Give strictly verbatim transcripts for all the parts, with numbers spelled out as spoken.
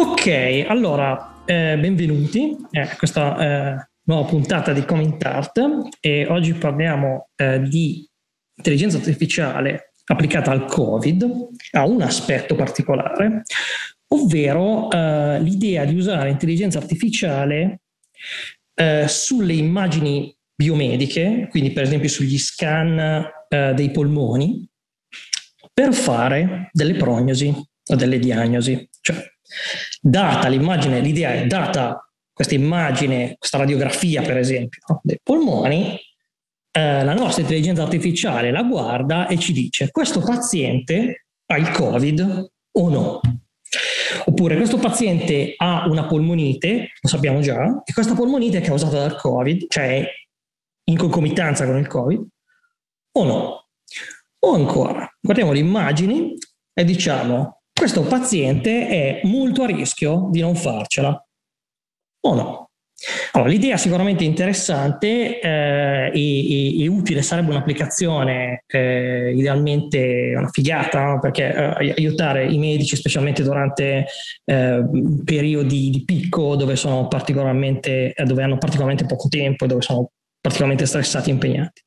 Ok, allora, eh, benvenuti a questa eh, nuova puntata di Comment Art e oggi parliamo eh, di intelligenza artificiale applicata al Covid, a un aspetto particolare, ovvero eh, l'idea di usare intelligenza artificiale eh, sulle immagini biomediche, quindi per esempio sugli scan eh, dei polmoni, per fare delle prognosi o delle diagnosi. Cioè, data l'immagine, l'idea è data questa immagine, questa radiografia per esempio, no, dei polmoni, eh, la nostra intelligenza artificiale la guarda e ci dice: questo paziente ha il Covid o no? Oppure questo paziente ha una polmonite, lo sappiamo già, e questa polmonite è causata dal Covid, cioè in concomitanza con il Covid, o no? O ancora, guardiamo le immagini e diciamo: questo paziente è molto a rischio di non farcela, o no? Allora, l'idea è sicuramente interessante eh, e, e, e utile, sarebbe un'applicazione eh, idealmente una figata, no? Perché eh, aiutare i medici, specialmente durante eh, periodi di picco dove sono particolarmente, eh, dove hanno particolarmente poco tempo e dove sono particolarmente stressati e impegnati.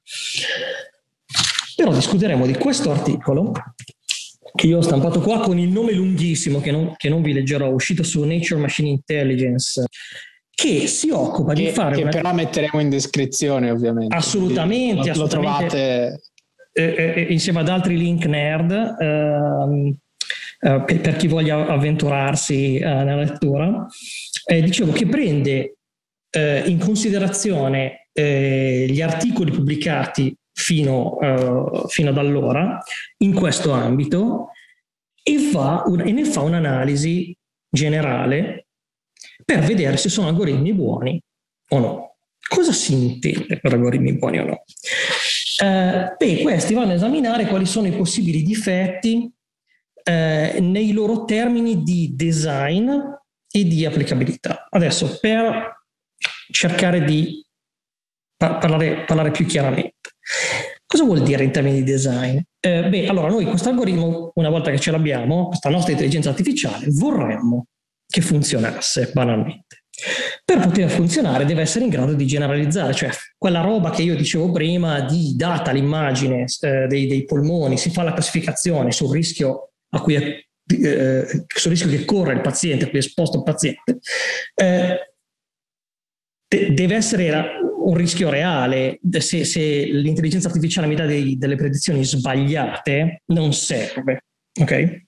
Però discuteremo di questo articolo che io ho stampato qua con il nome lunghissimo che non, che non vi leggerò, uscito su Nature Machine Intelligence, che si occupa che, di fare... Che una... però metteremo in descrizione, ovviamente. Assolutamente. Lo, assolutamente. Lo trovate... Eh, eh, insieme ad altri link nerd, eh, eh, per, per chi voglia avventurarsi eh, nella lettura. Eh, dicevo che prende eh, in considerazione eh, gli articoli pubblicati fino, uh, fino ad allora in questo ambito e, fa un, e ne fa un'analisi generale per vedere se sono algoritmi buoni o no. Cosa si intende per algoritmi buoni o no? Uh, beh, questi vanno a esaminare quali sono i possibili difetti uh, nei loro termini di design e di applicabilità. Adesso, per cercare di par- parlare, parlare più chiaramente, cosa vuol dire in termini di design? Eh, beh, allora noi questo algoritmo, una volta che ce l'abbiamo, questa nostra intelligenza artificiale, vorremmo che funzionasse banalmente. Per poter funzionare deve essere in grado di generalizzare, cioè quella roba che io dicevo prima di data l'immagine eh, dei, dei polmoni, si fa la classificazione sul rischio a cui è, eh, sul rischio che corre il paziente, a cui è esposto il paziente, eh, de- deve essere un rischio reale. Se, se l'intelligenza artificiale mi dà dei, delle predizioni sbagliate, non serve, ok?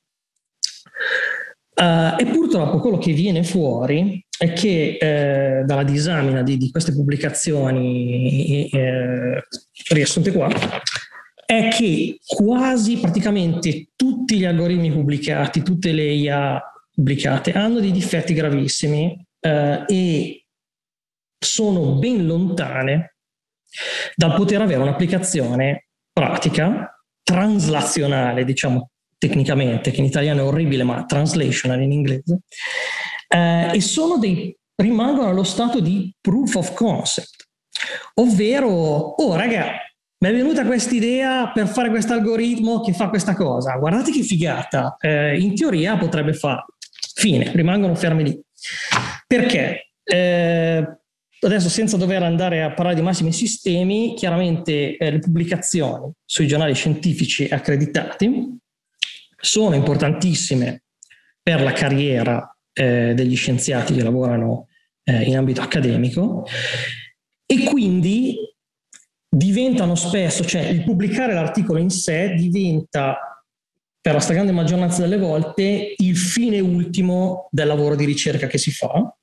Uh, e purtroppo quello che viene fuori è che eh, dalla disamina di, di queste pubblicazioni eh, riassunte qua è che quasi praticamente tutti gli algoritmi pubblicati, tutte le I A pubblicate hanno dei difetti gravissimi eh, e sono ben lontane dal poter avere un'applicazione pratica, translazionale, diciamo tecnicamente, che in italiano è orribile, ma translational in inglese, eh, e sono dei, rimangono allo stato di proof of concept, ovvero, oh raga, mi è venuta questa idea per fare questo algoritmo che fa questa cosa, guardate che figata, eh, in teoria potrebbe farlo, fine, rimangono fermi lì. Perché? Eh, adesso, senza dover andare a parlare di massimi sistemi, chiaramente eh, le pubblicazioni sui giornali scientifici accreditati sono importantissime per la carriera eh, degli scienziati che lavorano eh, in ambito accademico e quindi diventano spesso, cioè il pubblicare l'articolo in sé diventa per la stragrande maggioranza delle volte il fine ultimo del lavoro di ricerca che si fa.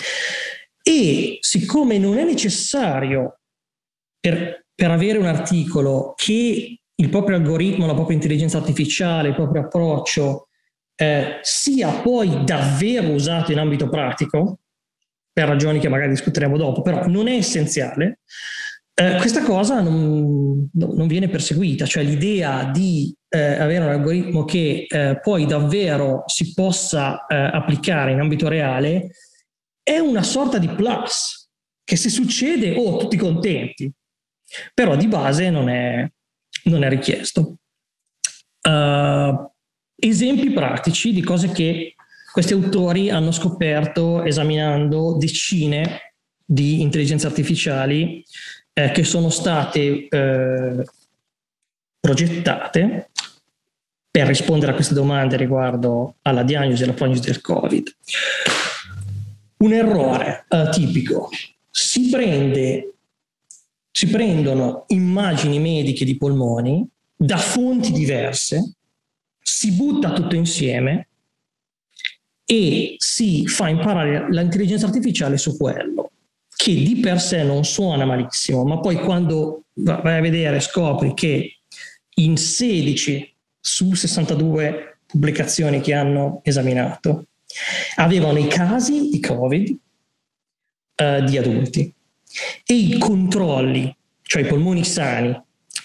E siccome non è necessario per, per avere un articolo che il proprio algoritmo, la propria intelligenza artificiale, il proprio approccio eh, sia poi davvero usato in ambito pratico, per ragioni che magari discuteremo dopo, però non è essenziale, eh, questa cosa non, non viene perseguita, cioè l'idea di eh, avere un algoritmo che eh, poi davvero si possa eh, applicare in ambito reale è una sorta di plus, che se succede, oh, tutti contenti, però di base non è, non è richiesto. Uh, esempi pratici di cose che questi autori hanno scoperto, esaminando decine di intelligenze artificiali eh, che sono state eh, progettate per rispondere a queste domande riguardo alla diagnosi e alla prognosi del Covid. Un errore eh, tipico: si prende, si prendono immagini mediche di polmoni da fonti diverse, si butta tutto insieme e si fa imparare l'intelligenza artificiale su quello, che di per sé non suona malissimo, ma poi quando vai a vedere scopri che in sedici su sessantadue pubblicazioni che hanno esaminato avevano i casi di Covid eh, di adulti e i controlli, cioè i polmoni sani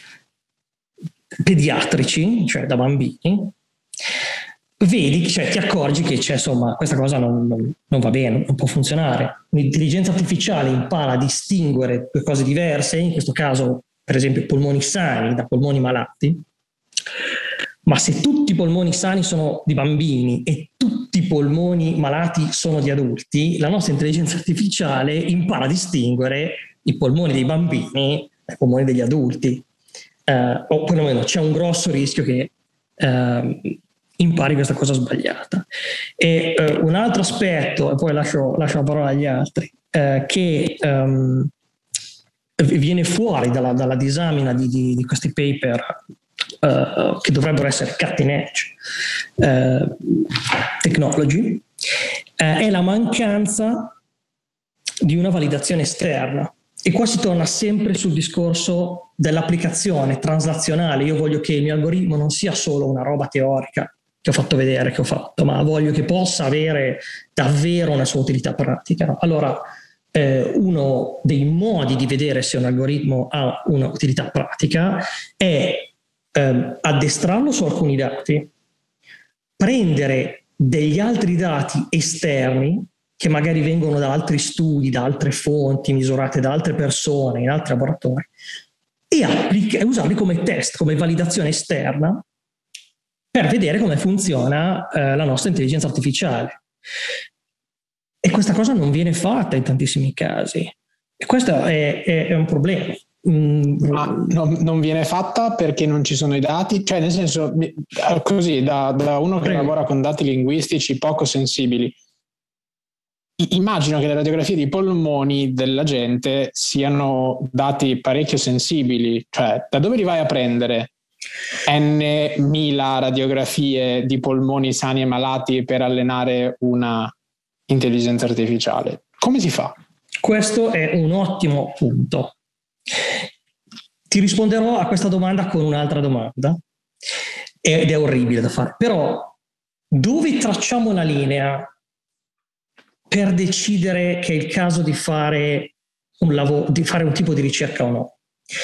pediatrici, cioè da bambini, vedi, cioè ti accorgi che c'è, insomma, questa cosa non, non, non va bene, non può funzionare. L'intelligenza artificiale impara a distinguere due cose diverse, in questo caso per esempio polmoni sani da polmoni malati, ma se tutti i polmoni sani sono di bambini e tutti i polmoni malati sono di adulti, la nostra intelligenza artificiale impara a distinguere i polmoni dei bambini dai polmoni degli adulti. Uh, o perlomeno c'è un grosso rischio che uh, impari questa cosa sbagliata. E uh, un altro aspetto, e poi lascio, lascio la parola agli altri, uh, che um, viene fuori dalla, dalla disamina di, di, di questi paper uh, che dovrebbero essere cutting edge uh, technology, uh, è la mancanza di una validazione esterna. E qua si torna sempre sul discorso dell'applicazione translazionale. Io voglio che il mio algoritmo non sia solo una roba teorica che ho fatto vedere, che ho fatto, ma voglio che possa avere davvero una sua utilità pratica. Allora, eh, uno dei modi di vedere se un algoritmo ha un'utilità pratica è eh, addestrarlo su alcuni dati, prendere degli altri dati esterni che magari vengono da altri studi, da altre fonti, misurate da altre persone, in altri laboratori, e, applica- e usarli come test, come validazione esterna, per vedere come funziona eh, la nostra intelligenza artificiale. E questa cosa non viene fatta in tantissimi casi. E questo è, è, è un problema. Mm. Ma non, non viene fatta perché non ci sono i dati? Cioè, nel senso, così, da, da uno che Prego. lavora con dati linguistici poco sensibili, immagino che le radiografie di polmoni della gente siano dati parecchio sensibili, cioè da dove li vai a prendere n mila radiografie di polmoni sani e malati per allenare una intelligenza artificiale? Come si fa? Questo è un ottimo punto. Ti risponderò a questa domanda con un'altra domanda, ed è orribile da fare, però dove tracciamo la linea per decidere che è il caso di fare un lavoro, di fare un tipo di ricerca o no?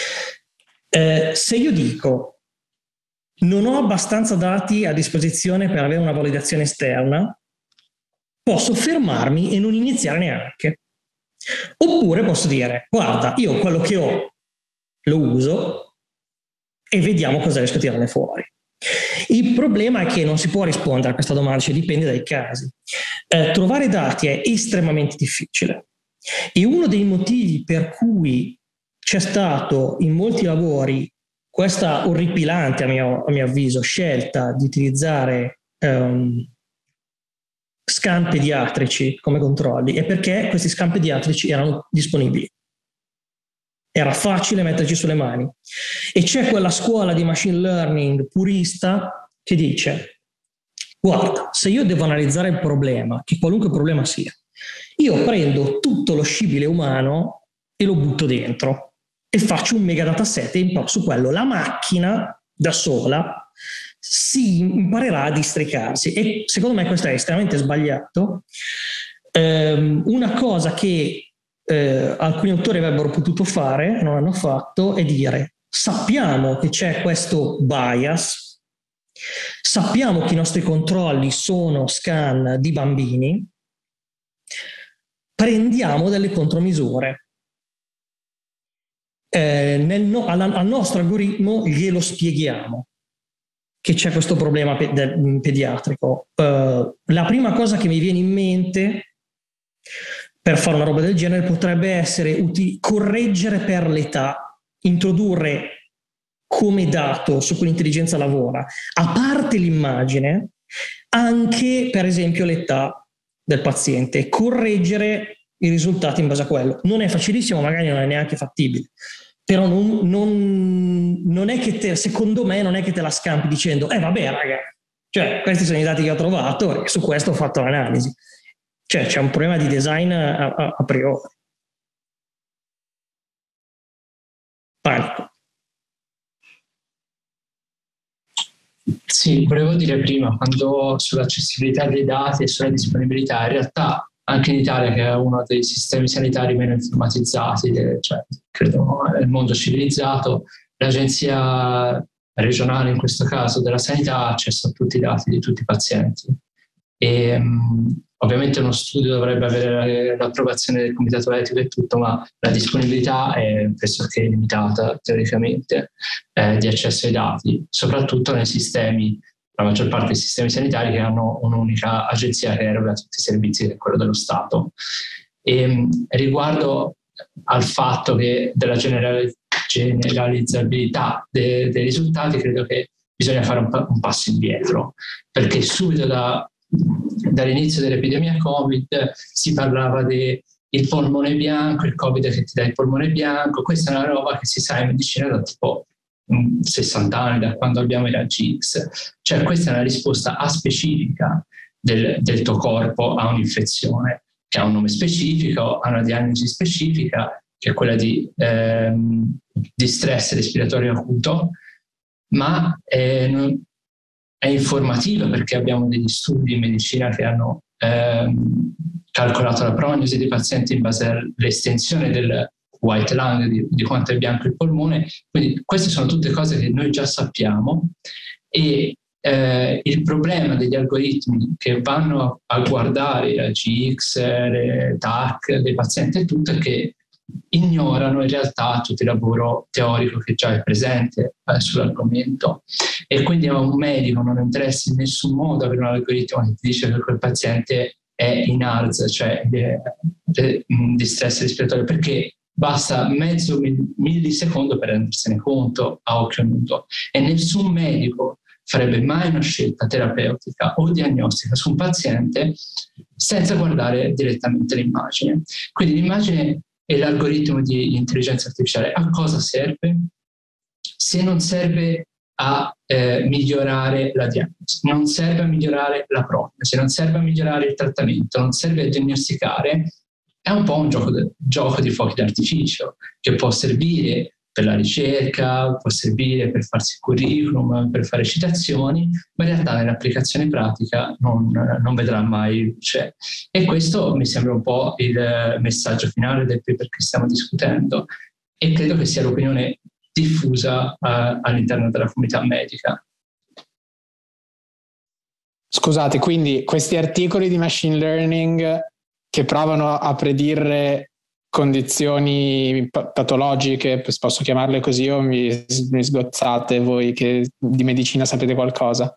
Eh, se io dico non ho abbastanza dati a disposizione per avere una validazione esterna, posso fermarmi e non iniziare neanche. Oppure posso dire, guarda, io quello che ho lo uso e vediamo cosa riesco a tirarne fuori. Il problema è che non si può rispondere a questa domanda, cioè dipende dai casi. Eh, trovare dati è estremamente difficile e uno dei motivi per cui c'è stato in molti lavori questa orripilante, a mio, a mio avviso, scelta di utilizzare um, scan pediatrici come controlli è perché questi scan pediatrici erano disponibili. Era facile metterci sulle mani. E c'è quella scuola di machine learning purista che dice, guarda, se io devo analizzare il problema, che qualunque problema sia, io prendo tutto lo scibile umano e lo butto dentro e faccio un mega dataset e imparo su quello. La macchina da sola si imparerà a districarsi. E secondo me questo è estremamente sbagliato. Um, una cosa che Eh, alcuni autori avrebbero potuto fare, non hanno fatto, è dire sappiamo che c'è questo bias, sappiamo che i nostri controlli sono scan di bambini, prendiamo delle contromisure. Eh, nel no, al, al nostro algoritmo glielo spieghiamo. che c'è questo problema pe- del, pediatrico. Uh, la prima cosa che mi viene in mente per fare una roba del genere potrebbe essere uti- correggere per l'età, introdurre come dato su cui l'intelligenza lavora, a parte l'immagine, anche per esempio l'età del paziente, correggere i risultati in base a quello. Non è facilissimo, magari non è neanche fattibile, però non, non, non è che te, secondo me non è che te la scampi dicendo eh vabbè raga, cioè questi sono i dati che ho trovato e su questo ho fatto l'analisi. Cioè c'è un problema di design a, a, a priori. Panico. Sì, volevo dire prima, quando sull'accessibilità dei dati e sulla disponibilità, in realtà anche in Italia, che è uno dei sistemi sanitari meno informatizzati, cioè, credo nel mondo civilizzato, l'agenzia regionale, in questo caso della sanità, ha accesso a tutti i dati di tutti i pazienti. E, um, ovviamente uno studio dovrebbe avere l'approvazione del comitato etico e tutto, ma la disponibilità è pressoché limitata teoricamente eh, di accesso ai dati, soprattutto nei sistemi, la maggior parte dei sistemi sanitari che hanno un'unica agenzia che eroga tutti i servizi, che è quello dello Stato. E, um, riguardo al fatto che della generali- generalizzabilità de- dei risultati, credo che bisogna fare un, pa- un passo indietro, perché subito da dall'inizio dell'epidemia Covid si parlava del polmone bianco, il Covid che ti dà il polmone bianco. Questa è una roba che si sa in medicina da tipo sessanta anni, da quando abbiamo i raggi X. Cioè questa è una risposta aspecifica del, del tuo corpo a un'infezione che ha un nome specifico, ha una diagnosi specifica, che è quella di, ehm, di stress respiratorio acuto, ma eh, non, è informativa perché abbiamo degli studi in medicina che hanno ehm, calcolato la prognosi dei pazienti in base all'estensione del white lung, di, di quanto è bianco il polmone. Quindi queste sono tutte cose che noi già sappiamo, e eh, il problema degli algoritmi che vanno a, a guardare la G X, le T A C dei pazienti e tutto è che ignorano in realtà tutto il lavoro teorico che già è presente eh, sull'argomento, e quindi a un medico non interessa in nessun modo avere un algoritmo che ti dice che quel paziente è in A R S, cioè di stress respiratorio, perché basta mezzo millisecondo per rendersene conto a occhio nudo, e nessun medico farebbe mai una scelta terapeutica o diagnostica su un paziente senza guardare direttamente l'immagine. Quindi l'immagine e l'algoritmo di intelligenza artificiale a cosa serve? Se non serve a eh, migliorare la diagnosi, non serve a migliorare la prognosi, non serve a migliorare il trattamento, non serve a diagnosticare, è un po' un gioco, de, gioco di fuochi d'artificio che può servire per la ricerca, può servire per farsi curriculum, per fare citazioni, ma in realtà nell'applicazione pratica non, non vedrà mai luce. E questo mi sembra un po' il messaggio finale del paper che stiamo discutendo, e credo che sia l'opinione diffusa uh, all'interno della comunità medica. Scusate, quindi questi articoli di machine learning che provano a predire condizioni patologiche, posso chiamarle così, o mi, mi sgozzate voi che di medicina sapete qualcosa?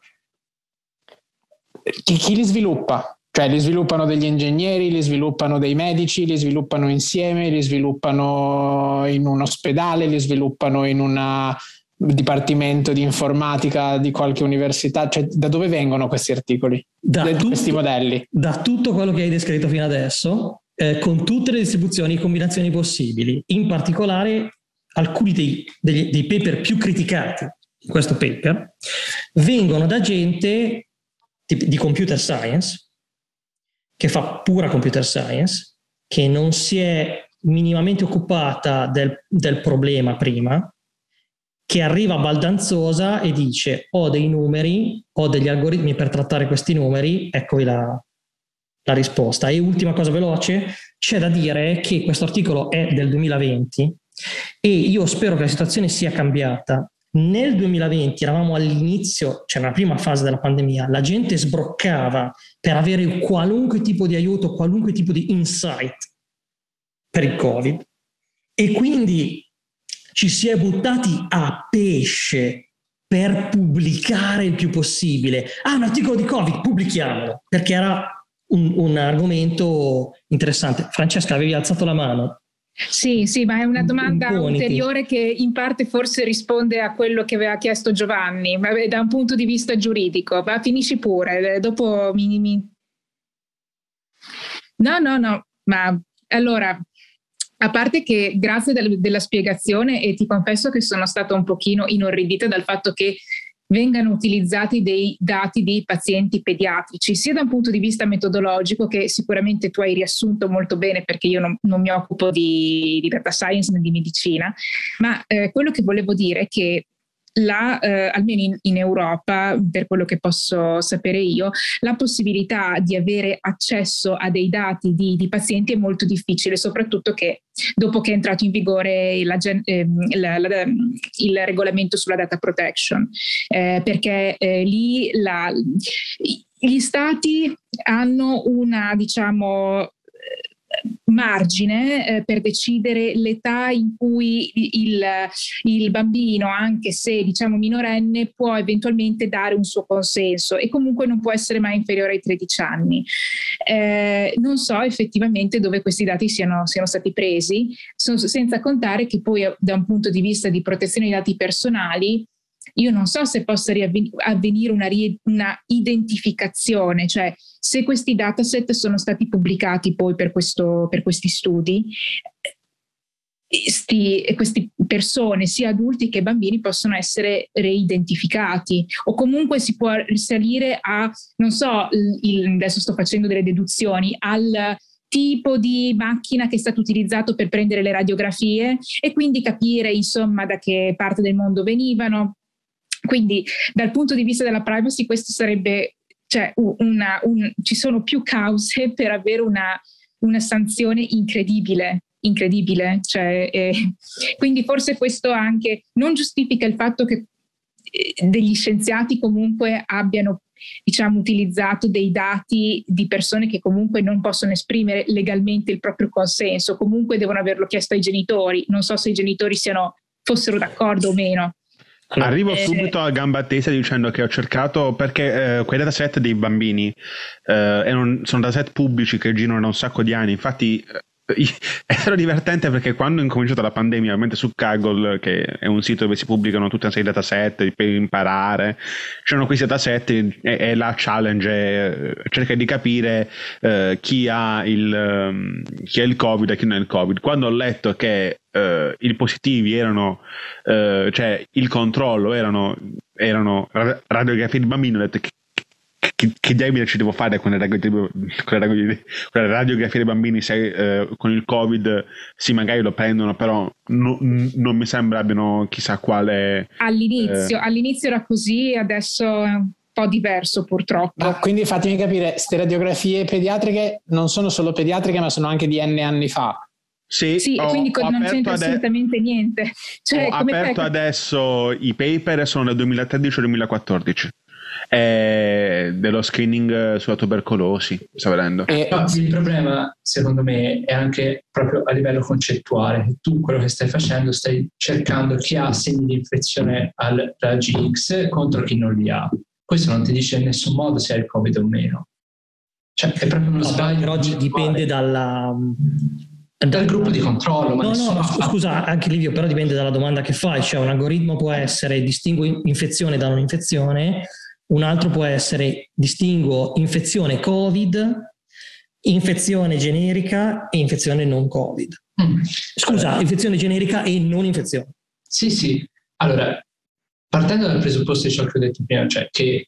Chi, chi li sviluppa? Cioè li sviluppano degli ingegneri, li sviluppano dei medici, li sviluppano insieme, li sviluppano in un ospedale, li sviluppano in un dipartimento di informatica di qualche università? Cioè, da dove vengono questi articoli? Da da tutto, questi modelli? Da tutto quello che hai descritto fino adesso, eh, con tutte le distribuzioni e combinazioni possibili. In particolare alcuni dei, dei, dei paper più criticati in questo paper vengono da gente di, di computer science, che fa pura computer science, che non si è minimamente occupata del, del problema prima, che arriva baldanzosa e dice ho dei numeri, ho degli algoritmi per trattare questi numeri, eccovi la, la risposta. E ultima cosa veloce, c'è da dire che questo articolo è del duemilaventi e io spero che la situazione sia cambiata. Nel duemilaventi eravamo all'inizio, cioè nella prima fase della pandemia, la gente sbroccava per avere qualunque tipo di aiuto, qualunque tipo di insight per il Covid, e quindi ci si è buttati a pesce per pubblicare il più possibile. Ah, un articolo di Covid, pubblichiamolo, perché era un, un argomento interessante. Francesca, avevi alzato la mano. Sì, sì, ma è una domanda Imponiti. ulteriore che in parte forse risponde a quello che aveva chiesto Giovanni, ma da un punto di vista giuridico. Ma finisci pure, dopo mi... mi... No, no, no, ma allora... A parte che grazie del, della spiegazione, e ti confesso che sono stata un pochino inorridita dal fatto che vengano utilizzati dei dati di pazienti pediatrici, sia da un punto di vista metodologico, che sicuramente tu hai riassunto molto bene perché io non, non mi occupo di, di data science né di medicina, ma eh, quello che volevo dire è che La, eh, almeno in, in Europa, per quello che posso sapere io, la possibilità di avere accesso a dei dati di, di pazienti è molto difficile, soprattutto che dopo che è entrato in vigore la, eh, la, la, il regolamento sulla data protection, eh, perché eh, lì la, gli stati hanno una, diciamo, margine eh, per decidere l'età in cui il, il bambino, anche se diciamo minorenne, può eventualmente dare un suo consenso, e comunque non può essere mai inferiore ai tredici anni. Eh, non so effettivamente dove questi dati siano, siano stati presi, senza contare che poi da un punto di vista di protezione dei dati personali io non so se possa avvenire una, una identificazione, cioè se questi dataset sono stati pubblicati poi per, questo, per questi studi, sti, queste persone, sia adulti che bambini, possono essere reidentificati, o comunque si può risalire a, non so, il, adesso sto facendo delle deduzioni, al tipo di macchina che è stato utilizzato per prendere le radiografie, e quindi capire insomma da che parte del mondo venivano. Quindi dal punto di vista della privacy questo sarebbe, cioè una, un, ci sono più cause per avere una, una sanzione incredibile, incredibile. Cioè, eh, quindi forse questo anche non giustifica il fatto che eh, degli scienziati comunque abbiano, diciamo, utilizzato dei dati di persone che comunque non possono esprimere legalmente il proprio consenso, comunque devono averlo chiesto ai genitori. Non so se i genitori siano, fossero d'accordo o meno. Allora, Arrivo eh, subito a gamba tesa dicendo che ho cercato, perché eh, quei dataset dei bambini eh, erano, sono dataset pubblici che girano da un sacco di anni. Infatti eh, è stato divertente perché quando è incominciata la pandemia, ovviamente su Kaggle, che è un sito dove si pubblicano tutta una serie di dataset per imparare, c'erano questi dataset e, e la challenge è cercare di capire eh, chi ha il um, chi ha il Covid e chi non ha il Covid. Quando ho letto che Uh, i positivi erano uh, cioè il controllo erano, erano radiografie di bambino, ho detto che, che, che diamine ci devo fare con le radiografie, con le radiografie dei bambini se uh, con il Covid sì magari lo prendono, però no, non mi sembra abbiano chissà quale all'inizio, uh, all'inizio era così, adesso è un po' diverso purtroppo. Ma quindi fatemi capire, queste radiografie pediatriche non sono solo pediatriche ma sono anche di n anni fa. Sì, sì, ho, quindi ho non c'entra ade- assolutamente niente. Cioè, ho come aperto te... adesso i paper, sono del duemilatredici duemilaquattordici, eh, dello screening sulla tubercolosi, sta vedendo. Eh, no, il problema secondo me è anche proprio a livello concettuale. Tu quello che stai facendo, stai cercando chi ha segni di infezione al raggi X contro chi non li ha. Questo non ti dice in nessun modo se hai il Covid o meno. Cioè è proprio uno No, sbaglio. però dipende dalla... dal gruppo di controllo. Ma no, no, no, fa... scusa, anche Livio, però dipende dalla domanda che fai. Cioè un algoritmo può essere distinguo infezione da non infezione, un altro può essere distinguo infezione Covid, infezione generica e infezione non Covid. Mm. Scusa, allora, infezione generica e non infezione. Sì, sì. Allora, partendo dal presupposto di ciò che ho detto prima, cioè che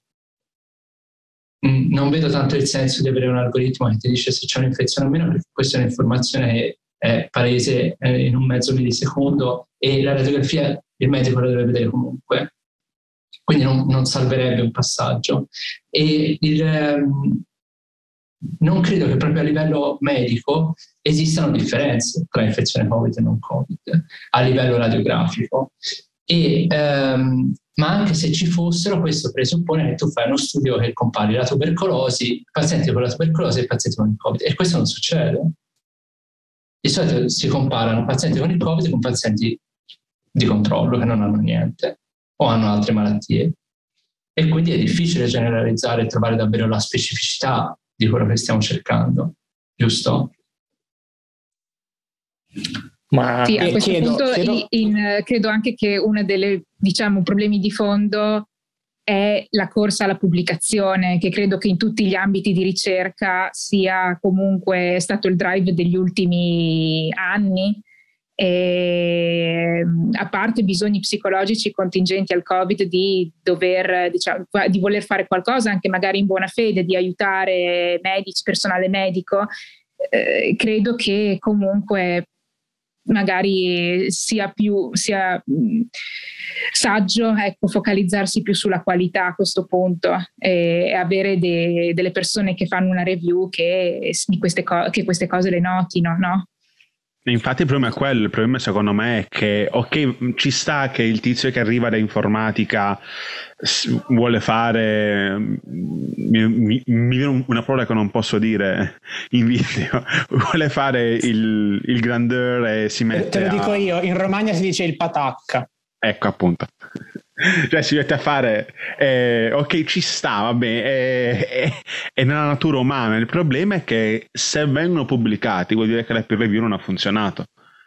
non vedo tanto il senso di avere un algoritmo che ti dice se c'è un'infezione o meno, perché questa è un'informazione che è palese in un mezzo millisecondo e la radiografia il medico la deve vedere comunque, quindi non, non salverebbe un passaggio. E il, non credo che proprio a livello medico esistano differenze tra infezione Covid e non Covid a livello radiografico. E, um, ma anche se ci fossero, questo presuppone che tu fai uno studio che compari la tubercolosi, i pazienti con la tubercolosi e i pazienti con il Covid, e questo non succede. Di solito si comparano pazienti con il Covid con pazienti di controllo che non hanno niente, o hanno altre malattie. E quindi è difficile generalizzare e trovare davvero la specificità di quello che stiamo cercando, giusto? Ma sì, a questo chiedo, punto chiedo... In, in, credo anche che uno dei diciamo, problemi di fondo è la corsa alla pubblicazione, che credo che in tutti gli ambiti di ricerca sia comunque stato il drive degli ultimi anni. E, a parte bisogni psicologici contingenti al Covid di dover, diciamo, di voler fare qualcosa anche magari in buona fede, di aiutare medici, personale medico, eh, credo che comunque magari sia più sia mh, saggio, ecco, focalizzarsi più sulla qualità a questo punto e, e avere de, delle persone che fanno una review che, di queste co- che queste cose le notino, no? Infatti il problema è quello, il problema secondo me è che ok, ci sta che il tizio che arriva da informatica vuole fare, mi, mi, mi viene una parola che non posso dire in video, vuole fare il, il grandeur e si mette te lo dico a... io, in Romagna si dice il patacca. Ecco appunto, cioè si mette a fare eh, ok, ci sta, vabbè, è, è, è nella natura umana. Il problema è che se vengono pubblicati vuol dire che la peer review non ha funzionato.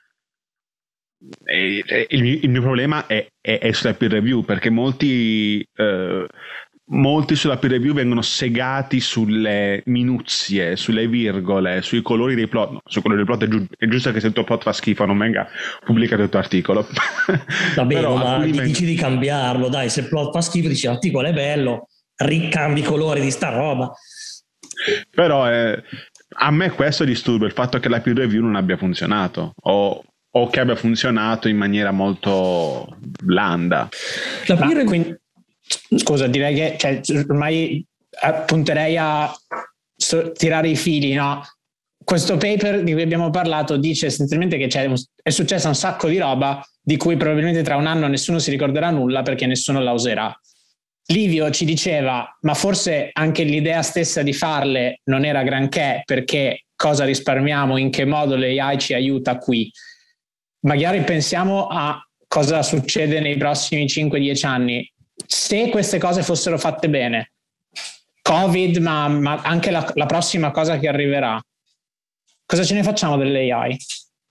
E, e, il, mio, il mio problema è, è, è sulla peer review, perché molti eh, molti sulla peer review vengono segati sulle minuzie, sulle virgole, sui colori dei plot. No, sui colori dei plot è, giu- è giusto che se il tuo plot fa schifo non venga pubblicato il tuo articolo. Va bene, Però ma dici vengono... di cambiarlo, dai, se il plot fa schifo dici l'articolo è bello, ricambi i colori di sta roba. Però eh, a me questo disturba, il fatto che la peer review non abbia funzionato o, o che abbia funzionato in maniera molto blanda. La peer review... quindi... Scusa, direi che cioè, ormai punterei a tirare i fili, no? Questo paper di cui abbiamo parlato dice essenzialmente che c'è, è successa un sacco di roba di cui probabilmente tra un anno nessuno si ricorderà nulla perché nessuno la userà. Livio ci diceva, ma forse anche l'idea stessa di farle non era granché, perché cosa risparmiamo, in che modo l'A I ci aiuta qui. Magari pensiamo a cosa succede nei prossimi cinque dieci anni. Se queste cose fossero fatte bene, Covid, ma, ma anche la, la prossima cosa che arriverà, cosa ce ne facciamo dell'A I?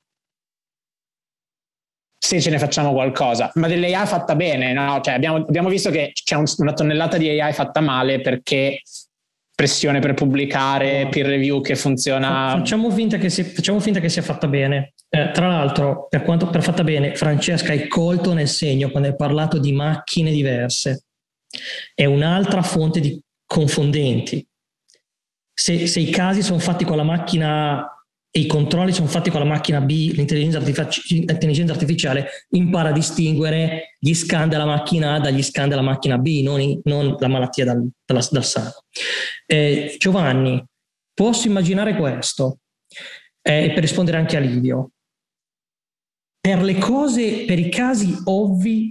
Se ce ne facciamo qualcosa, ma dell'A I fatta bene, no? Cioè abbiamo, abbiamo visto che c'è un, una tonnellata di A I fatta male perché pressione per pubblicare, peer review che funziona. Facciamo finta che sia, facciamo finta che sia fatta bene. Eh, tra l'altro, per quanto per fatta bene, Francesca hai colto nel segno quando hai parlato di macchine diverse. È un'altra fonte di confondenti. Se, se i casi sono fatti con la macchina A e i controlli sono fatti con la macchina B, l'intelligenza, artifici- l'intelligenza artificiale impara a distinguere gli scan della macchina A dagli scan della macchina B, non, i, non la malattia dal, dal, dal sangue. Eh, Giovanni, posso immaginare questo, eh, per rispondere anche a Livio. Per le cose, per i casi ovvi,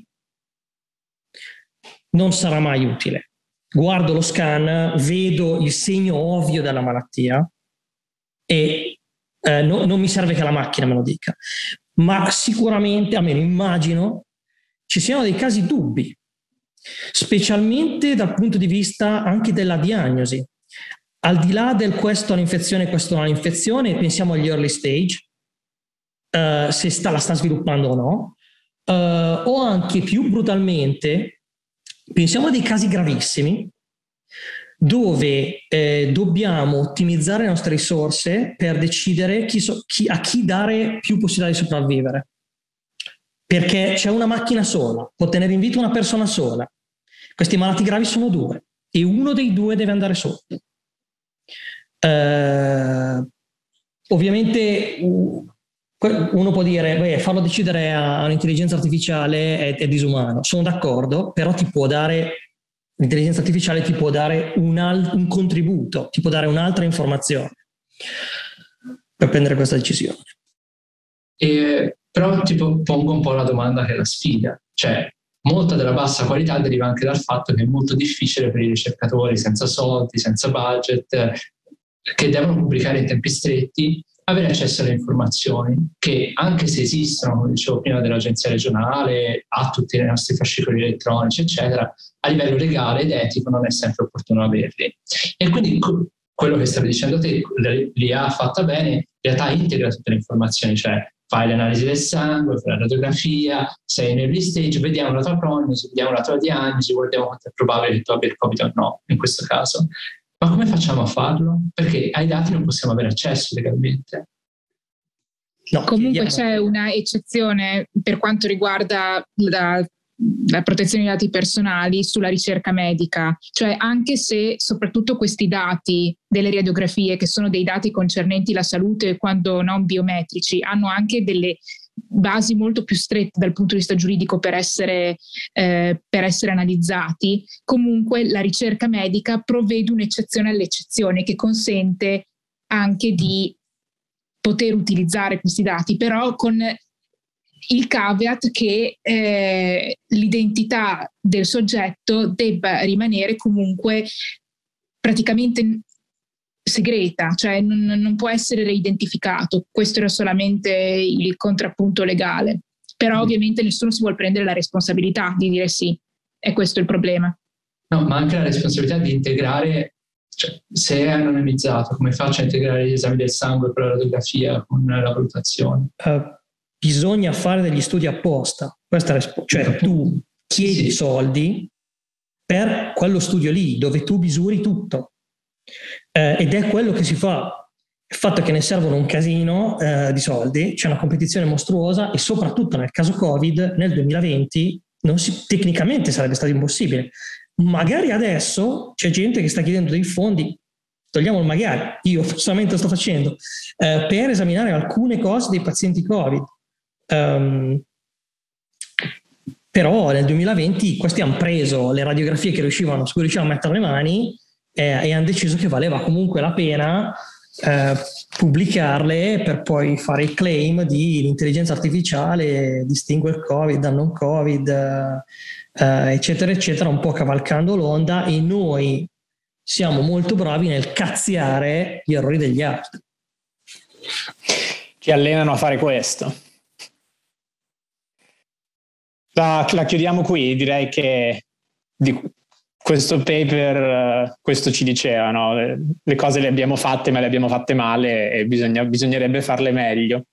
non sarà mai utile. Guardo lo scan, vedo il segno ovvio della malattia e eh, no, non mi serve che la macchina me lo dica. Ma sicuramente, almeno immagino, ci siano dei casi dubbi, specialmente dal punto di vista anche della diagnosi. Al di là del questo è un'infezione, questo non è un'infezione, pensiamo agli early stage, uh, se sta, la sta sviluppando o no, uh, o anche più brutalmente, pensiamo a dei casi gravissimi, dove eh, dobbiamo ottimizzare le nostre risorse per decidere chi so, chi, a chi dare più possibilità di sopravvivere. Perché c'è una macchina sola, può tenere in vita una persona sola. Questi malati gravi sono due e uno dei due deve andare sotto. Uh, ovviamente uno può dire beh, farlo decidere a un'intelligenza artificiale è, è disumano. Sono d'accordo, però ti può dare l'intelligenza artificiale ti può dare un, al, un contributo, ti può dare un'altra informazione per prendere questa decisione. E, però ti pongo un po' la domanda che è la sfida, cioè molta della bassa qualità deriva anche dal fatto che è molto difficile per i ricercatori senza soldi, senza budget, che devono pubblicare in tempi stretti, avere accesso alle informazioni che, anche se esistono, come dicevo prima, dell'agenzia regionale, a tutti i nostri fascicoli elettronici, eccetera, a livello legale ed etico non è sempre opportuno averli. E quindi quello che stavi dicendo te, l'I A fatta bene, in realtà integra tutte le informazioni, cioè fai l'analisi del sangue, fai la radiografia, sei in early stage, vediamo la tua prognosi, vediamo la tua diagnosi, guardiamo quanto è probabile che tu abbia il Covid o no, in questo caso. Ma come facciamo a farlo? Perché ai dati non possiamo avere accesso legalmente. No, comunque c'è una eccezione per quanto riguarda la, la protezione dei dati personali sulla ricerca medica, cioè anche se soprattutto questi dati delle radiografie, che sono dei dati concernenti la salute quando non biometrici, hanno anche delle basi molto più strette dal punto di vista giuridico per essere, eh, per essere analizzati, comunque la ricerca medica provvede un'eccezione all'eccezione che consente anche di poter utilizzare questi dati, però con il caveat che eh, l'identità del soggetto debba rimanere comunque praticamente segreta, cioè non, non può essere reidentificato. Questo era solamente il contrappunto legale, però mm. ovviamente nessuno si vuole prendere la responsabilità di dire sì, è questo il problema. No, ma anche la responsabilità di integrare, cioè, se è anonimizzato, come faccio a integrare gli esami del sangue con la radiografia, con la valutazione? Uh, bisogna fare degli studi apposta, questa risp- cioè tu chiedi sì. soldi per quello studio lì, dove tu misuri tutto. Eh, ed è quello che si fa. Il fatto è che ne servono un casino eh, di soldi, c'è una competizione mostruosa e soprattutto nel caso Covid nel duemilaventi non si, tecnicamente sarebbe stato impossibile. Magari adesso c'è gente che sta chiedendo dei fondi, togliamo il magari, io personalmente lo sto facendo, eh, per esaminare alcune cose dei pazienti Covid. Um, però nel duemilaventi questi hanno preso le radiografie che riuscivano, su cui riuscivano a mettere le mani e hanno deciso che valeva comunque la pena eh, pubblicarle per poi fare il claim di l'intelligenza artificiale distingue il Covid dal non Covid, eh, eccetera, eccetera, un po' cavalcando l'onda, e noi siamo molto bravi nel cazziare gli errori degli altri. Ci allenano a fare questo. La, la chiudiamo qui, direi che di questo paper, questo ci diceva, no? Le cose le abbiamo fatte, ma le abbiamo fatte male e bisogna, bisognerebbe farle meglio.